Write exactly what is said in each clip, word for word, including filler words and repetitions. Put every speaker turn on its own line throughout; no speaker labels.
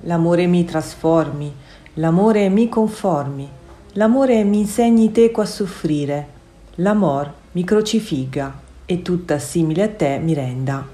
l'amore mi trasformi, l'amore mi conformi, l'amore mi insegni teco a soffrire, l'amor mi crocifigga e tutta simile a te mi renda.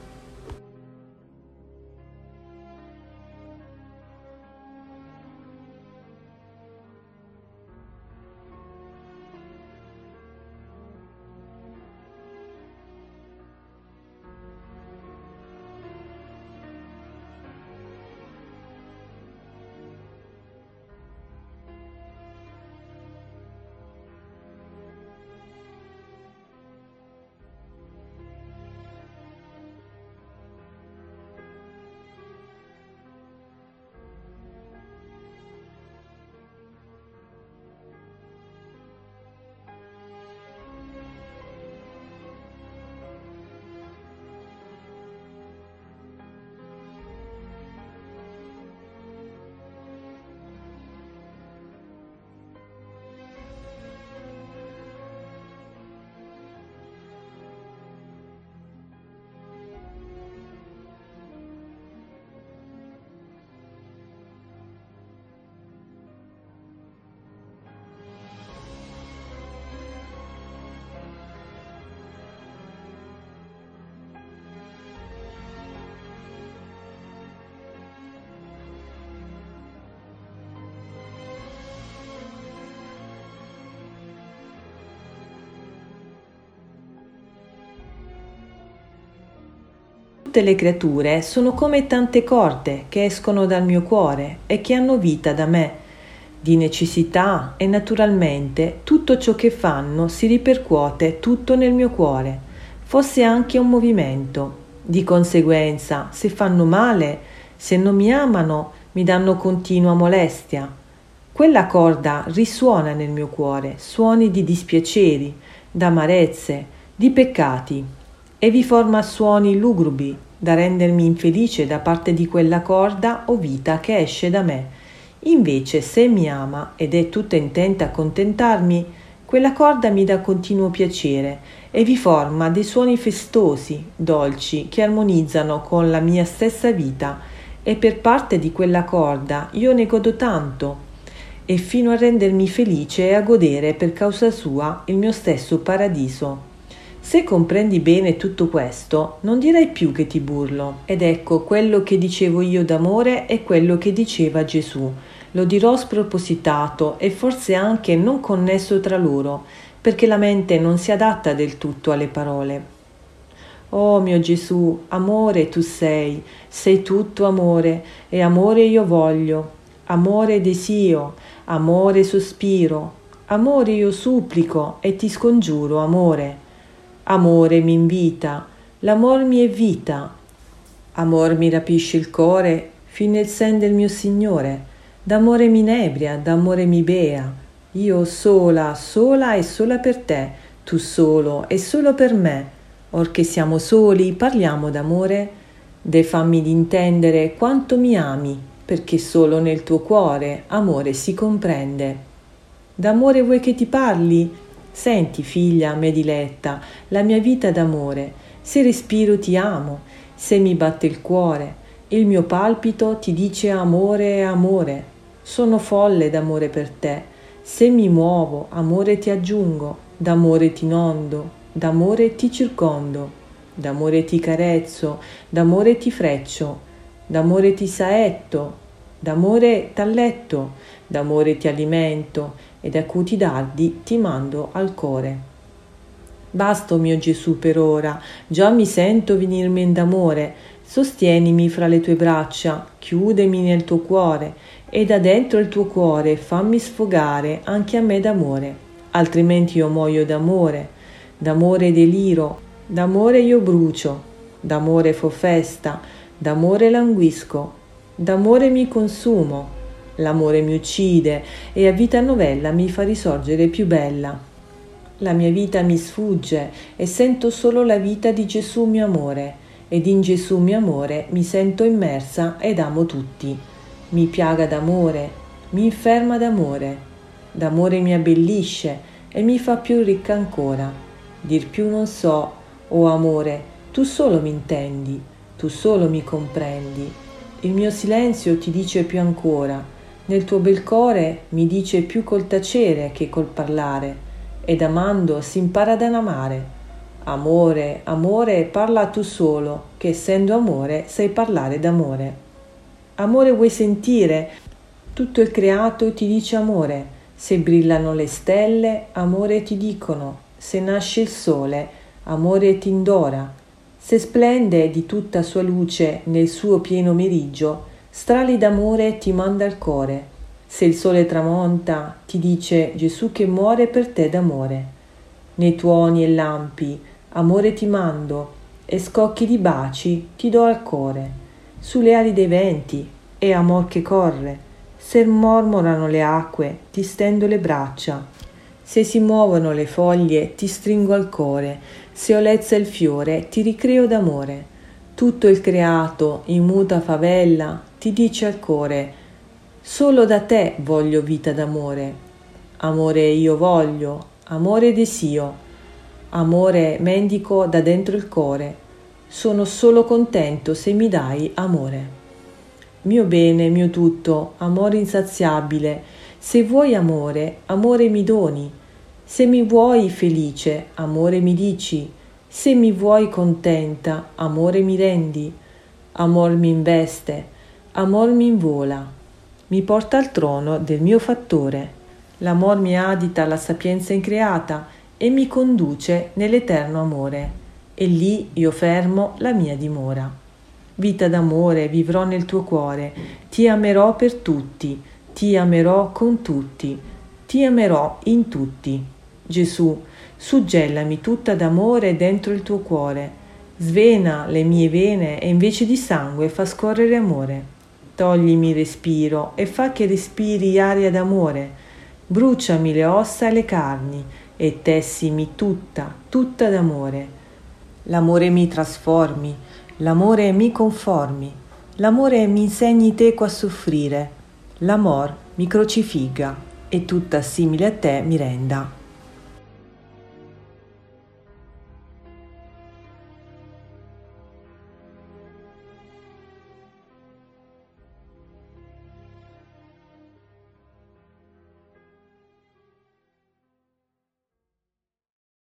Tutte le creature sono come tante corde che escono dal mio cuore e che hanno vita da me. Di necessità e naturalmente tutto ciò che fanno si ripercuote tutto nel mio cuore, fosse anche un movimento. Di conseguenza, se fanno male, se non mi amano, mi danno continua molestia. Quella corda risuona nel mio cuore, suoni di dispiaceri, d'amarezze, di peccati, e vi forma suoni lugubri da rendermi infelice da parte di quella corda o vita che esce da me. Invece, se mi ama ed è tutta intenta a contentarmi, quella corda mi dà continuo piacere e vi forma dei suoni festosi, dolci, che armonizzano con la mia stessa vita, e per parte di quella corda io ne godo tanto, e fino a rendermi felice e a godere per causa sua il mio stesso paradiso. Se comprendi bene tutto questo, non direi più che ti burlo. Ed ecco, quello che dicevo io d'amore è quello che diceva Gesù. Lo dirò spropositato e forse anche non connesso tra loro, perché la mente non si adatta del tutto alle parole. Oh mio Gesù, amore tu sei, sei tutto amore, e amore io voglio, amore desio, amore sospiro, amore io supplico e ti scongiuro, amore. Amore mi invita, l'amor mi è vita, amor mi rapisce il core fin nel sen del mio Signore, d'amore mi inebria, d'amore mi bea, io sola, sola e sola per te, tu solo e solo per me, or che siamo soli parliamo d'amore, de fammi d'intendere quanto mi ami, perché solo nel tuo cuore amore si comprende. D'amore vuoi che ti parli? Senti, figlia me diletta, la mia vita d'amore, se respiro ti amo, se mi batte il cuore, il mio palpito ti dice amore, amore. Sono folle d'amore per te, se mi muovo, amore ti aggiungo, d'amore ti inondo, d'amore ti circondo, d'amore ti carezzo, d'amore ti freccio, d'amore ti saetto, d'amore t'alletto, d'amore ti alimento, ed acuti dardi ti mando al core. Basta, mio Gesù, per ora, già mi sento venirmi d'amore, sostienimi fra le tue braccia, chiudemi nel tuo cuore, e da dentro il tuo cuore fammi sfogare anche a me d'amore, altrimenti io muoio d'amore, d'amore deliro, d'amore io brucio, d'amore fo festa, d'amore languisco, d'amore mi consumo, l'amore mi uccide e a vita novella mi fa risorgere più bella. La mia vita mi sfugge e sento solo la vita di Gesù mio amore, ed in Gesù mio amore mi sento immersa ed amo tutti. Mi piaga d'amore, mi inferma d'amore, d'amore mi abbellisce e mi fa più ricca ancora. Dir più non so, o amore, tu solo mi intendi, tu solo mi comprendi. il mio silenzio ti dice più ancora, nel tuo bel core mi dice più col tacere che col parlare, ed amando si impara ad amare. Amore, amore, parla tu solo, che essendo amore sai parlare d'amore. Amore vuoi sentire? Tutto il creato ti dice amore. Se brillano le stelle, amore ti dicono. Se nasce il sole, amore ti indora. Se splende di tutta sua luce nel suo pieno meriggio, strali d'amore ti manda il core. Se il sole tramonta, ti dice Gesù che muore per te d'amore. Nei tuoni e lampi, amore ti mando, e scocchi di baci ti do al core. Sulle ali dei venti, è amor che corre. Se mormorano le acque, ti stendo le braccia. Se si muovono le foglie, ti stringo al core. Se olezza il fiore, ti ricreo d'amore. Tutto il creato, in muta favella, ti dice al core: solo da te voglio vita d'amore. Amore io voglio, amore desio. Amore mendico da dentro il core, sono solo contento se mi dai amore. Mio bene, mio tutto, amore insaziabile, se vuoi amore, amore mi doni, se mi vuoi felice, amore mi dici, se mi vuoi contenta, amore mi rendi, amor mi investe, amor mi invola, mi porta al trono del mio fattore, l'amor mi adita alla sapienza increata, e mi conduce nell'eterno amore, e lì io fermo la mia dimora. Vita d'amore vivrò nel tuo cuore, ti amerò per tutti, ti amerò con tutti, ti amerò in tutti. Gesù, suggellami tutta d'amore dentro il tuo cuore, svena le mie vene e invece di sangue fa scorrere amore. Toglimi il respiro e fa che respiri aria d'amore, bruciami le ossa e le carni, e tessimi tutta, tutta d'amore. L'amore mi trasformi, l'amore mi conformi, l'amore mi insegni teco a soffrire, l'amor mi crocifigga e tutta simile a te mi renda.